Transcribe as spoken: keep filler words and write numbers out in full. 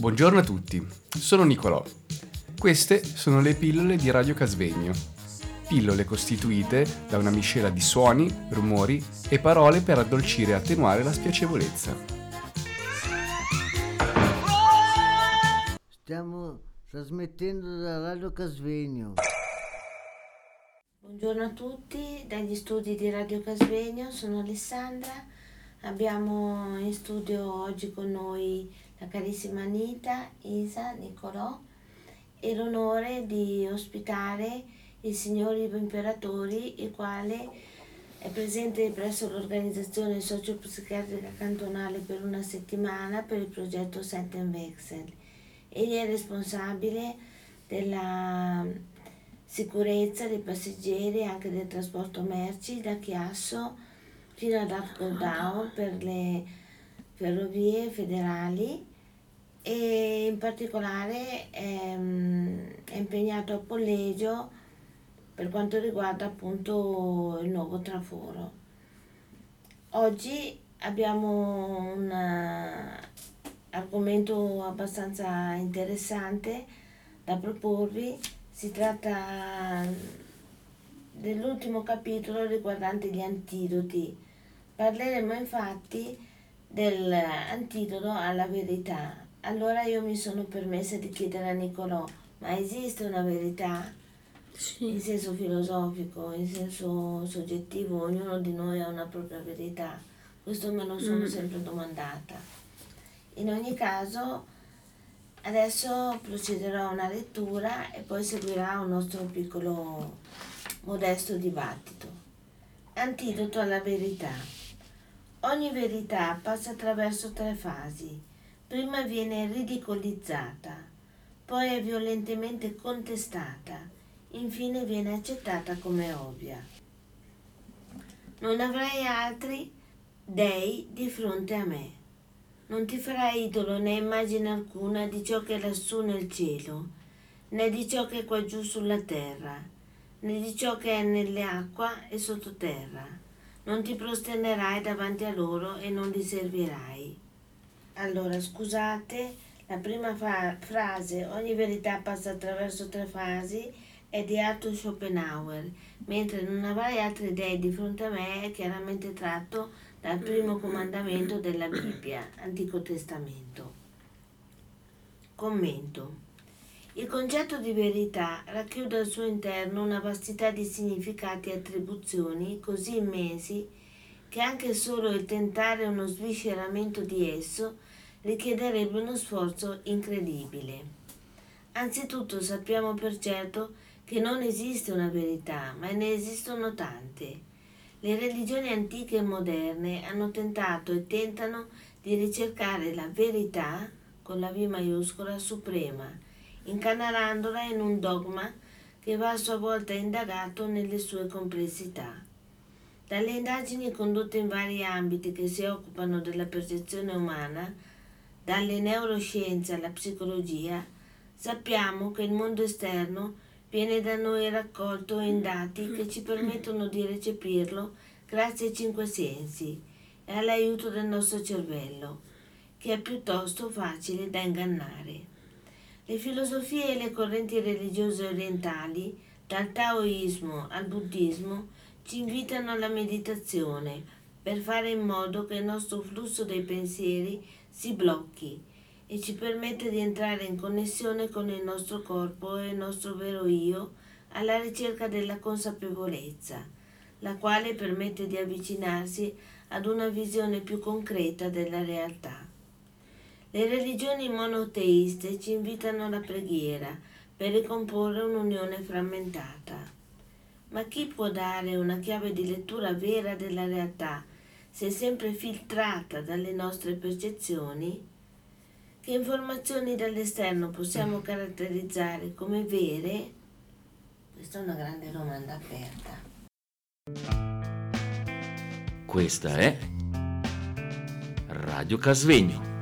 Buongiorno a tutti, sono Nicolò. Queste sono le pillole di Radio Casvegno. Pillole costituite da una miscela di suoni, rumori e parole per addolcire e attenuare la spiacevolezza. Stiamo trasmettendo da Radio Casvegno. Buongiorno a tutti, dagli studi di Radio Casvegno, sono Alessandra. Abbiamo in studio oggi con noi la carissima Anita, Isa, Nicolò e l'onore di ospitare il signor Ivo Imperatori, il quale è presente presso l'organizzazione socio-psichiatrica cantonale per una settimana per il progetto Sentewechsel. Egli è responsabile della sicurezza dei passeggeri e anche del trasporto merci da Chiasso fino ad Arcoldao per le ferrovie federali e in particolare è, è impegnato a Pollegio per quanto riguarda appunto il nuovo traforo. Oggi abbiamo un argomento abbastanza interessante da proporvi. Si tratta dell'ultimo capitolo riguardante gli antidoti. Parleremo infatti dell'antidoto alla verità. Allora io mi sono permessa di chiedere a Nicolò, ma esiste una verità? Sì. In senso filosofico, in senso soggettivo, ognuno di noi ha una propria verità. Questo me lo sono mm. sempre domandata. In ogni caso, adesso procederò a una lettura e poi seguirà un nostro piccolo, modesto dibattito. Antidoto alla verità. Ogni verità passa attraverso tre fasi. Prima viene ridicolizzata, poi è violentemente contestata, infine viene accettata come ovvia. Non avrai altri dei di fronte a me. Non ti farai idolo né immagine alcuna di ciò che è lassù nel cielo, né di ciò che è qua giù sulla terra, né di ciò che è nell'acqua e sottoterra. Non ti prosternerai davanti a loro e non li servirai. Allora, scusate, la prima fa- frase, ogni verità passa attraverso tre fasi, è di Arthur Schopenhauer, mentre non avrai altre idee di fronte a me è chiaramente tratto dal primo comandamento della Bibbia, Antico Testamento. Commento. Il concetto di verità racchiude al suo interno una vastità di significati e attribuzioni così immensi che anche solo il tentare uno svisceramento di esso richiederebbe uno sforzo incredibile. Anzitutto sappiamo per certo che non esiste una verità, ma ne esistono tante. Le religioni antiche e moderne hanno tentato e tentano di ricercare la verità, con la V maiuscola, suprema, incanalandola in un dogma che va a sua volta indagato nelle sue complessità. Dalle indagini condotte in vari ambiti che si occupano della percezione umana, dalle neuroscienze alla psicologia, sappiamo che il mondo esterno viene da noi raccolto in dati che ci permettono di recepirlo grazie ai cinque sensi e all'aiuto del nostro cervello, che è piuttosto facile da ingannare. Le filosofie e le correnti religiose orientali, dal taoismo al buddismo, ci invitano alla meditazione per fare in modo che il nostro flusso dei pensieri si blocchi e ci permette di entrare in connessione con il nostro corpo e il nostro vero io alla ricerca della consapevolezza, la quale permette di avvicinarsi ad una visione più concreta della realtà. Le religioni monoteiste ci invitano alla preghiera per ricomporre un'unione frammentata. Ma chi può dare una chiave di lettura vera della realtà se è sempre filtrata dalle nostre percezioni? Che informazioni dall'esterno possiamo caratterizzare come vere? Questa è una grande domanda aperta. Questa è Radio Casvegno.